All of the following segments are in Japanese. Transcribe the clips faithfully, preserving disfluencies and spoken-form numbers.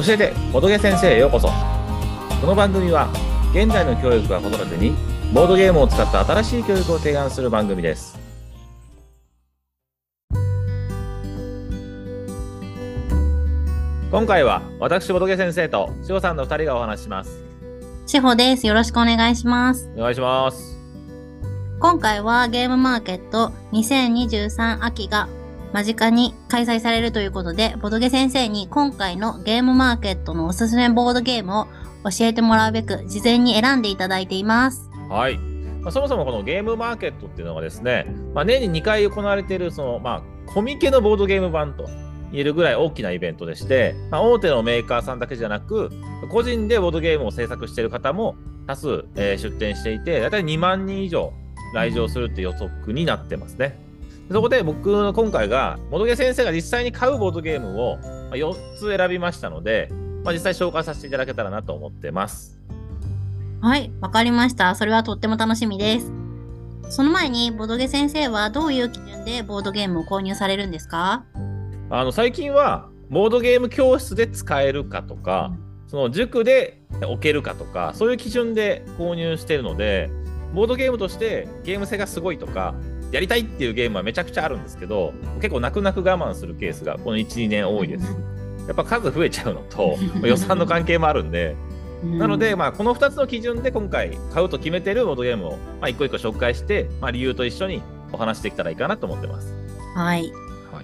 教えてボドゲ先生へようこそ。この番組は現在の教育は子育てにボードゲームを使った新しい教育を提案する番組です。今回は私ボドゲ先生としほさんのふたりがお話しします。 しほです。よろしくお願いします。 お願いします。 今回はゲームマーケットにせんにじゅうさん秋が間近に開催されるということで、ボドゲ先生に今回のゲームマーケットのおすすめボードゲームを教えてもらうべく事前に選んでいただいています。 はい。まあ、そもそもこのゲームマーケットっていうのがですね、まあ、年ににかい行われているその、まあ、コミケのボードゲーム版と言えるぐらい大きなイベントでして、まあ、大手のメーカーさんだけじゃなく、個人でボードゲームを制作している方も多数、えー、出展していて、だいたいにまんにん以上来場するって予測になってますね。そこで僕の今回がボードゲー先生が実際に買うボードゲームをよっつ選びましたので、まあ、実際紹介させていただけたらなと思ってます。 はい、わかりました。それはとっても楽しみです。その前にボドゲ先生はどういう基準でボードゲームを購入されるんですか？ あの最近はボードゲーム教室で使えるかとか、うん、その塾で置けるかとか、そういう基準で購入しているので、ボードゲームとしてゲーム性がすごいとかやりたいっていうゲームはめちゃくちゃあるんですけど、結構泣く泣く我慢するケースがこのいち、にねん多いです。やっぱ数増えちゃうのと予算の関係もあるんでなので、まあ、このふたつの基準で今回買うと決めてるボードゲームを、まあ、一個一個紹介して、まあ、理由と一緒にお話してきたらいいかなと思ってます。 はい、はい、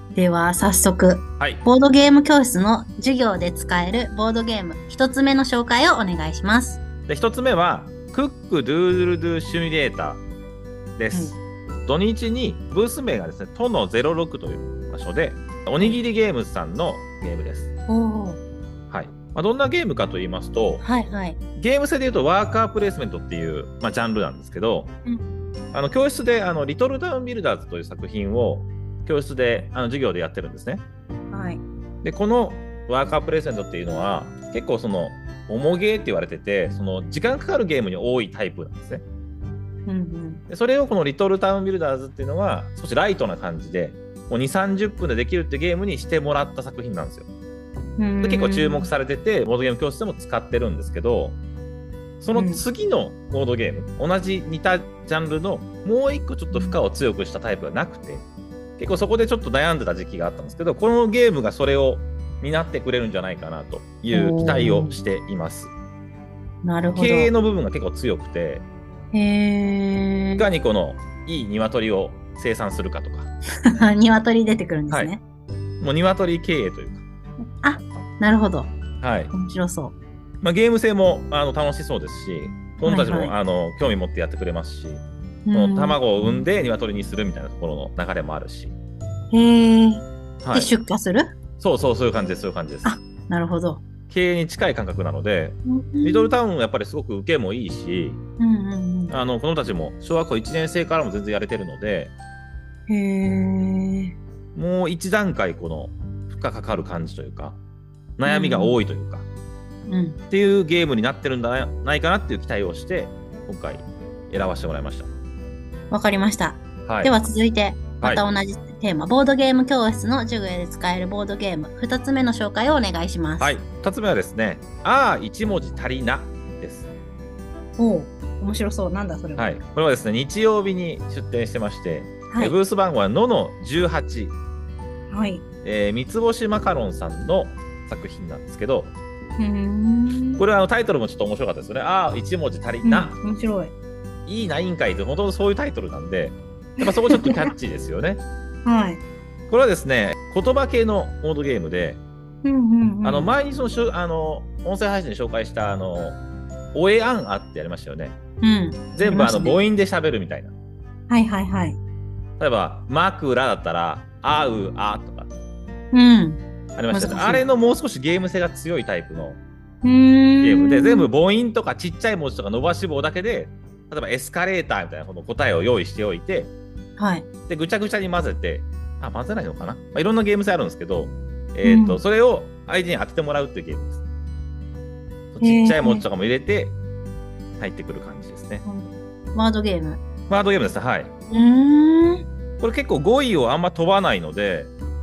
では早速、はい、ボードゲーム教室の授業で使えるボードゲームひとつめの紹介をお願いします。 でひとつめはクックドゥードゥルドゥシミュレーターです、うん、土日にブース名がですねトのゼロろくという場所でおにぎりゲームズさんのゲームです。おー、はい、まあ、どんなゲームかと言いますと、はいはい、ゲーム性でいうとワーカープレイスメントっていう、まあ、ジャンルなんですけど、うん、あの教室であのリトルタウンビルダーズという作品を教室であの授業でやってるんですね。はい、でこのワーカープレイスメントっていうのは結構その重ゲーって言われてて、その時間かかるゲームに多いタイプなんですね。うんうん、でそれをこのリトルタウンビルダーズっていうのは少しライトな感じでもうにじゅう、さんじゅっぷんでできるってゲームにしてもらった作品なんですよ。で結構注目されててボードゲーム教室でも使ってるんですけど、その次のボードゲーム、うん、同じ似たジャンルのもう一個ちょっと負荷を強くしたタイプがなくて、結構そこでちょっと悩んでた時期があったんですけど、このゲームがそれを担ってくれるんじゃないかなという期待をしています。 なるほど。 経営の部分が結構強くて、へいかにこのいい鶏を生産するかとか鶏出てくるんですね、 はい、もう鶏経営というか、 あ、なるほど、 はい、 面白そう、 まあ、ゲーム性もあの楽しそうですし、子供たちも、はいはい、あの興味持ってやってくれますし、この卵を産んで鶏にするみたいなところの流れもあるし、 へー、はい、で出荷する？ そうそう、そういう感じです、そういう感じです。 あ、なるほど。 経営に近い感覚なので、うん、リトルタウンはやっぱりすごく受けもいいし、うんうんうん、あの子供たちも小学校いちねん生からも全然やれてるので、へー、もう一段階この負荷かかる感じというか悩みが多いというか、うん、っていうゲームになってるんじゃないかなっていう期待をして今回選ばせてもらいました。 わかりました、はい、では続いてまた同じテーマ、はい、ボードゲーム教室の授業で使えるボードゲームふたつめの紹介をお願いします。 はい、ふたつめはですね、あーいち文字足りなです。 おお、面白そう。なんだそれは。 はい、これはですね日曜日に出展してまして、はい、ブース番号はののじゅうはち、はい、えー、三つ星マカロンさんの作品なんですけど、うーん、これはあのタイトルもちょっと面白かったですよね。あーいち文字足りな、 うん、面白い。 いいな、いいんかいって本当にそういうタイトルなんで、やっぱそこちょっとキャッチーですよね。はい、これはですね言葉系のボードゲームで、うんうんうん、あの前にそのしゅあの音声配信で紹介したあのおえあんあってやりましたよね。うん、全部あの母音で喋るみたいな。 はいはいはい。 例えば枕だったらあうあとか、うん、ありましたね。あれのもう少しゲーム性が強いタイプのゲームで、全部母音とかちっちゃい文字とか伸ばし棒だけで、例えばエスカレーターみたいなこの答えを用意しておいて、はい、でぐちゃぐちゃに混ぜて、あ、混ぜないのかな、まあ、いろんなゲーム性あるんですけど、えーとうん、それを相手に当ててもらうっていうゲームです。ちっちゃい文字とかも入れて入ってくる感じですね。 ワードゲームワードゲームです。はい。うーん、これ結構語彙をあんま飛ばないので、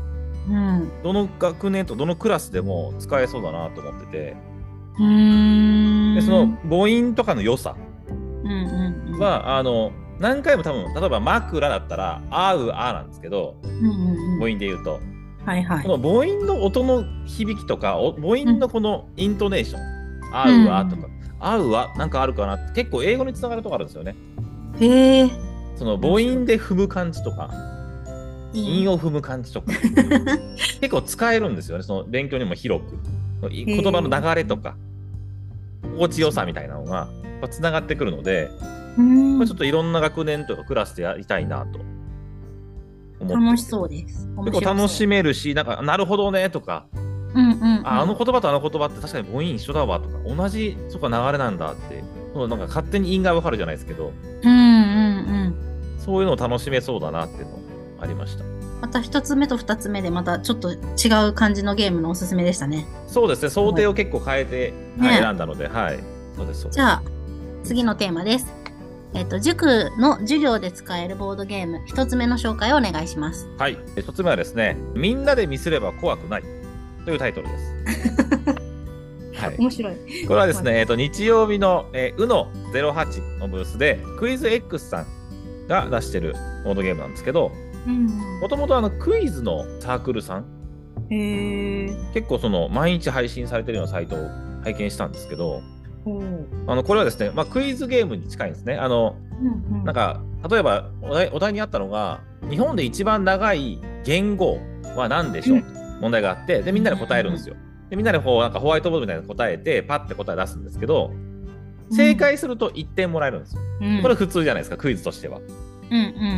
うん。 どの学年とどのクラスでも使えそうだなと思ってて、 うーん。 でその母音とかの良さうんうんうん。 は、あの何回も多分、例えば枕だったらあうあなんですけど、 うんうんうん。 母音で言うと、 はいはいこ。の母音の音の響きとか、お母音のこのイントネーション、あうんうあとか、あうあなんかあるかなって結構英語につながるとこあるんですよね。 へえ。 その母音で踏む感じとか、 いい。 韻を踏む感じとか、結構使えるんですよね。その勉強にも広く。言葉の流れとか、心地よさみたいなのがつながってくるので、 うーん。 ちょっといろんな学年とかクラスでやりたいなと思ってて。 楽しそうです。 結構楽しめるし、なんか、なるほどねとか、 うんうんうん。 ああの言葉とあの言葉って確かに母音一緒だわとか、同じそこ流れなんだって、そのなんか勝手に因がわかるじゃないですけど、 うんうんうん。 そういうのを楽しめそうだなっていうのありました。 また一つ目と二つ目でまたちょっと違う感じのゲームのおすすめでしたね。 そうですね、想定を結構変えて、 ねはい、選んだので、はい。そうです、そうです。 じゃあ、次のテーマです。えっと、塾の授業で使えるボードゲーム、一つ目の紹介をお願いします。 はい、一つ目はですね、みんなでミスれば怖くないというタイトルです。はい、 面白い。 これはですね、えっと、日曜日の、えー、ウノゼロはちのブースで、クイズ X さんが出してるボードゲームなんですけど、もともとクイズのサークルさん、 へー。 結構その毎日配信されてるようなサイトを拝見したんですけど、あのこれはですね、まあ、クイズゲームに近いんですね。あの、うんうん、なんか例えばお題、お題にあったのが、日本で一番長い言語は何でしょう、うん、問題があって、でみんなで答えるんですよ。でみんなでこうなんかホワイトボードみたいなの答えて、パッて答え出すんですけど、正解するといってんもらえるんですよ。うん、これ普通じゃないですか、クイズとしては。うんうん、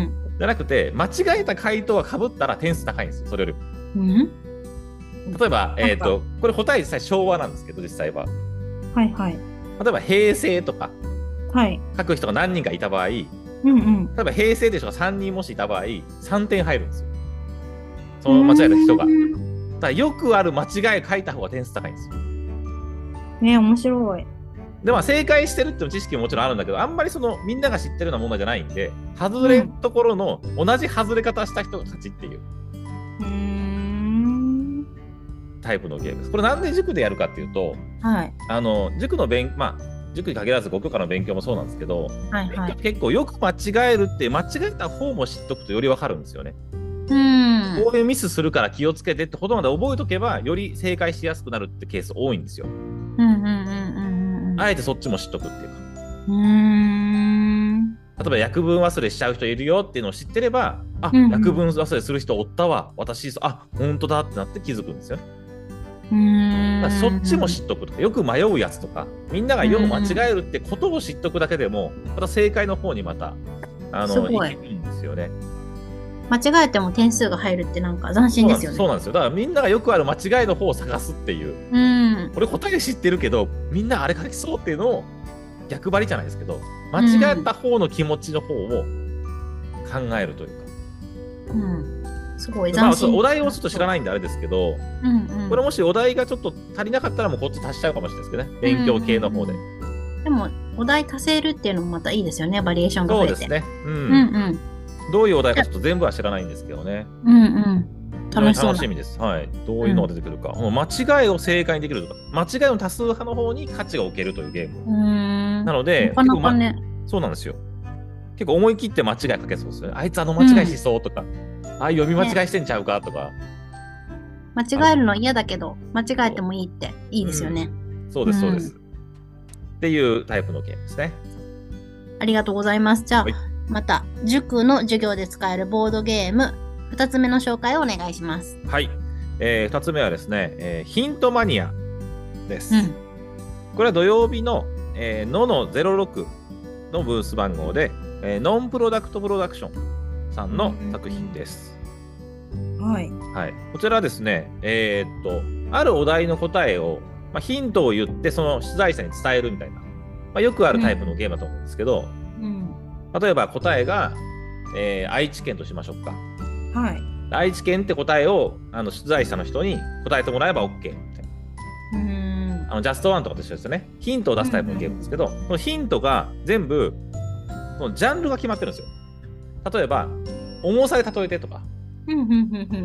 じゃなくて、間違えた回答がかぶったら点数高いんですよ、それよりも。うん、例えば、えーと、これ答え実際昭和なんですけど、実際は。はいはい。例えば平成とか、はい、書く人が何人かいた場合、うんうん、例えば平成で人がさんにんもしいた場合、さんてん入るんですよ。その間違えた人が。だからよくある間違い書いた方が点数高いんですよ。 ね、面白い。 でまあ、正解してるっていう知識ももちろんあるんだけど、あんまりそのみんなが知ってるような問題じゃないんで、外れところの同じ外れ方した人が勝ちっていう、うーんタイプのゲームです。これなんで塾でやるかっていうと、はい、あの塾の勉まあ塾に限らずご教科の勉強もそうなんですけど、はいはい、結構よく間違えるって間違えた方も知っとくとより分かるんですよね。うんこういうミスするから気をつけてってことまで覚えとけばより正解しやすくなるってケース多いんですよ。うんうんうんうん、あえてそっちも知っとくっていうか。うーん例えば約分忘れしちゃう人いるよっていうのを知ってれば、あ、うんうん、約分忘れする人おったわ、私あ本当だってなって気づくんですよね。うーんだからそっちも知っとくとか、よく迷うやつとか、みんながよく間違えるってことを知っとくだけでも、また正解の方にまたあのいけるんですよね。 間違えても点数が入るってなんか斬新ですよね。 そうなんですよ。だからみんながよくある間違いの方を探すっていう。うん。俺答え知ってるけど、みんなあれ書きそうっていうのを逆張りじゃないですけど、間違えた方の気持ちの方を考えるというか。うん。すごい斬新。まあ、お題をちょっと知らないんであれですけど、うんうん、これもしお題がちょっと足りなかったらもうこっち足しちゃうかもしれないですけどね。勉強系の方で。うんうん、 でも、お題足せるっていうのもまたいいですよね。バリエーションが増えて。 そうですね。うん。うんうんどういうお題かちょっと全部は知らないんですけどね。 うんうん。楽しそう楽しみです。はい。どういうのが出てくるか。うん、間違いを正解にできるとか、間違いの多数派の方に価値が置けるというゲーム。うんなので、 なかなかね、 結構、ま、そうなんですよ。結構思い切って間違いかけそうですよね。あいつあの間違いしそうとか、うん、ああ読み間違いしてんちゃうかとか。ね、 間違えるの嫌だけど、間違えてもいいっていいですよね。 うん、そうです、そうです、うん。っていうタイプのゲームですね。 ありがとうございます。じゃあ、はいまた塾の授業で使えるボードゲームふたつめの紹介をお願いします。 はい、えー、ふたつめはですね、えー、ヒントマニアです、うん、これは土曜日の、えー、ののゼロろくのブース番号で、えー、ノンプロダクトプロダクションさんの作品です、うん、はい、はい、こちらはですねえー、っとあるお題の答えを、まあ、ヒントを言ってその出題者に伝えるみたいな、まあ、よくあるタイプのゲームだと思うんですけど、うん例えば答えが、えー、愛知県としましょうか。はい。愛知県って答えをあの出題者の人に答えてもらえば OK みたいな。うーんあのジャストワンとかと一緒ですよね。ヒントを出すタイプのゲームですけど、このヒントが全部そのジャンルが決まってるんですよ。例えば重さで例えてとか、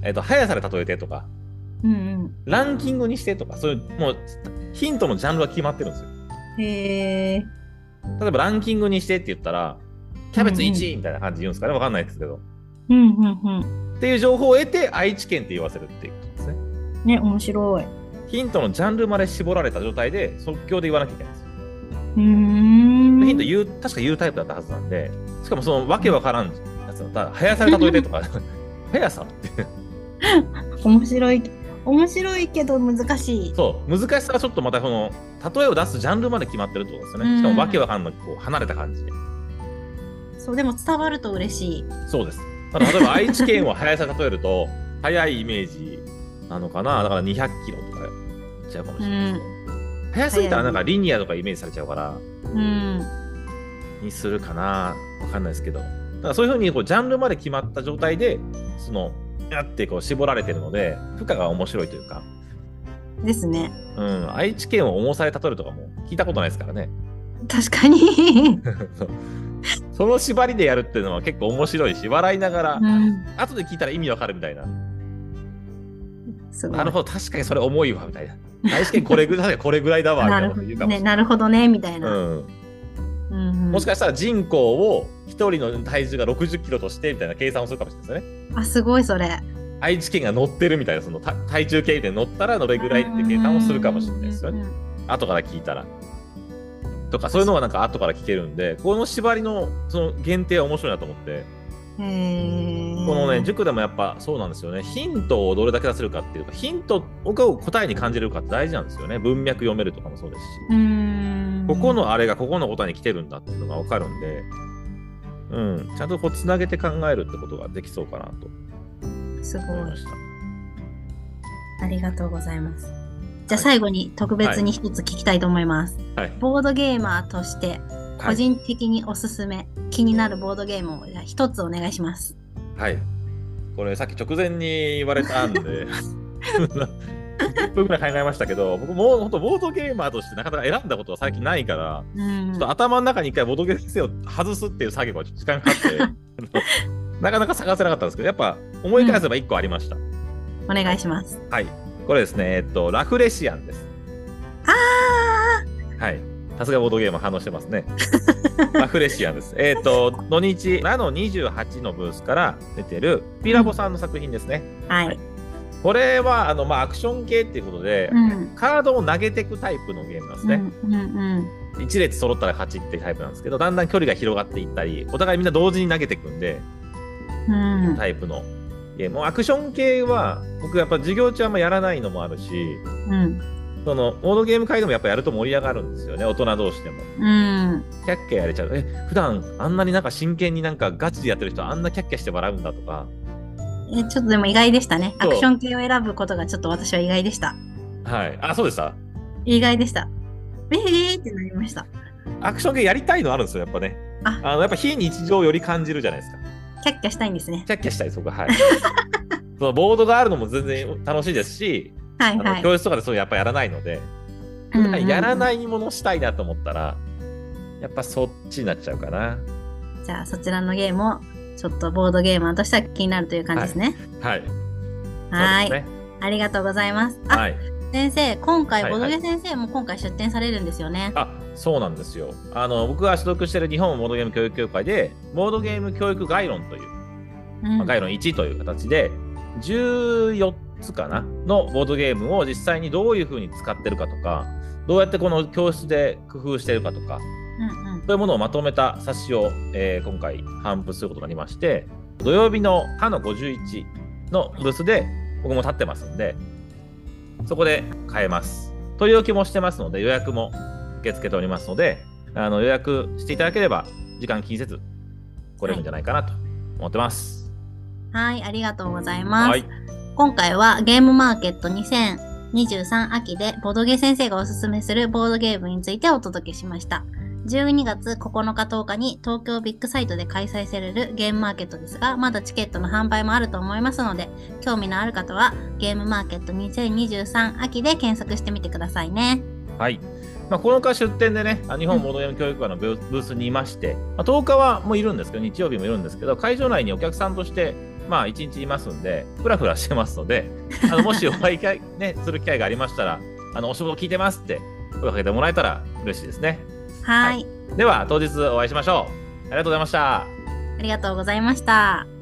えっと、速さで例えてとか、 うんうん、 ランキングにしてとか、そういうもうヒントのジャンルは決まってるんですよ。 へえ。 例えばランキングにしてって言ったら、キャベツいちいみたいな感じで言うんですかね、わかんないですけど。 うんうんうん。 っていう情報を得て、愛知県って言わせるっていうことですね。 ね、面白い。 ヒントのジャンルまで絞られた状態で即興で言わなきゃいけないんですよ。 うーん。 ヒント言う、確か言うタイプだったはずなんで、しかもそのわけわからんやつの、ただ速さで例えてとか、速さって面白い。面白いけど難しい。 そう、難しさがちょっとまたこの、例えを出すジャンルまで決まってるってことですよね。しかもわけわかんない、こう離れた感じで。 そう、でも伝わると嬉しい。 そうです。ただ例えば愛知県を速さで例えると、速いイメージなのかな、だからにひゃっキロとかいっちゃうかもしれないですね。うん、速すぎたらなんかリニアとかイメージされちゃうから、 うん、 にするかな、わかんないですけど。だからそういうふうにこうジャンルまで決まった状態で、その、やってこう絞られてるので、負荷が面白いというか。 ですね。 うん、愛知県を重さで例えるとかも聞いたことないですからね。 確かに。 その縛りでやるっていうのは結構面白いし、笑いながら、 うん、 後で聞いたら意味わかるみたいな。 すごい。 なるほど、確かにそれ重いわみたいな。愛知県これぐらいこれぐらいだわみたいなこと言うかもしれない。 なるほどね、みたいな。 うんうんうん、 もしかしたら人口をひとりの体重がろくじゅっキロとしてみたいな計算をするかもしれないですよね。 あ、すごいそれ。 愛知県が乗ってるみたいな、その体重計で乗ったらどれぐらいって計算をするかもしれないですよね。後から聞いたら。とか、そういうのはなんか後から聞けるんで、この縛りのその限定は面白いなと思って。 へー。 このね、塾でもやっぱそうなんですよね。ヒントをどれだけ出せるかっていうか、ヒントを答えに感じれるかって大事なんですよね。文脈読めるとかもそうですし。 うーん、 ここのあれがここの答えに来てるんだっていうのが分かるんで、うん、ちゃんとこうつなげて考えるってことができそうかなとすごい。 思いました。 ありがとうございます。じゃあ最後に特別に一つ聞きたいと思います。 はい、 ボードゲーマーとして個人的におすすめ、はい、気になるボードゲームをじゃあ一つお願いします。 はい。これさっき直前に言われたんでいっぷんぐらい考えましたけど、僕もう本当ボードゲーマーとしてなかなか選んだことは最近ないから、うん、ちょっと頭の中に一回ボードゲーム先生を外すっていう作業がちょっと時間かかってなかなか探せなかったんですけど、やっぱ思い返せばいっこありました。うん、 お願いします。 はい。これですね、えっと、ラフレシアンです。 あーはい。さすがボードゲーム反応してますね。ラフレシアンです。えっと、土日、ナノにじゅうはちのブースから出てるピラボさんの作品ですね。 うん、はい。 これは、あの、まあ、アクション系っていうことで、うん、カードを投げていくタイプのゲームなんですね。うんうんうん、一列揃ったら勝ちっていうタイプなんですけど、だんだん距離が広がっていったり、お互いみんな同時に投げていくんで、うん、タイプのゲーム。アクション系は、僕やっぱ授業中あんまやらないのもあるし、うん、そのボードゲーム会でもやっぱやると盛り上がるんですよね、大人同士でも。うん、キャッキャやれちゃう。え、普段あんなになんか真剣になんかガチでやってる人あんなキャッキャして笑うんだとか。 え、ちょっとでも意外でしたね。アクション系を選ぶことがちょっと私は意外でした。 はい。あ、そうでした？ 意外でした。えーってなりました。 アクション系やりたいのあるんですよ、やっぱね。あ、あのやっぱ非日常をより感じるじゃないですか。 キャッキャしたいんですね。 キャッキャしたいです、僕は。はい。そのボードがあるのも全然楽しいですし、はいはい、あの教室とかでそうやっぱやらないので、うんうんうん、やらないものをしたいなと思ったら、やっぱそっちになっちゃうかな。 じゃあそちらのゲームをちょっとボードゲーマーとしては気になるという感じですね。 はい。 はい。はい、ありがとうございます。あ、はい、先生、今回、ボドゲ先生も今回出展されるんですよね。 はいはい、あ、そうなんですよ。あの、僕が所属している日本ボードゲーム教育協会で、ボードゲーム教育概論という、うんまあ、概論いちという形で、じゅうよっつかなのボードゲームを実際にどういうふうに使ってるかとか、どうやってこの教室で工夫してるかとか、うんうん、そういうものをまとめた冊子を、えー、今回頒布することになりまして、土曜日のはのごじゅういちのブースで僕も立ってますんで、そこで買えます。取り置きもしてますので、予約も受け付けておりますので、あの予約していただければ時間気にせず来れるんじゃないかなと思ってます。 はい、はい、ありがとうございます。はい、今回はゲームマーケットにせんにじゅうさん秋でボドゲ先生がおすすめするボードゲームについてお届けしました。じゅうにがつここのかとおかに東京ビッグサイトで開催されるゲームマーケットですが、まだチケットの販売もあると思いますので、興味のある方はゲームマーケットにせんにじゅうさん秋で検索してみてくださいね。 はい。まあ、このか出展でね、日本ボードゲーム教育会のブースにいまして、まあ、とおかはもういるんですけど、日曜日もいるんですけど、会場内にお客さんとしてまあ一日いますんで、ふらふらしてますので、あのもしお会い、ね、する機会がありましたら、あのお仕事聞いてますって声をかけてもらえたら嬉しいですね。 はい、 はい、では当日お会いしましょう。ありがとうございました。 ありがとうございました。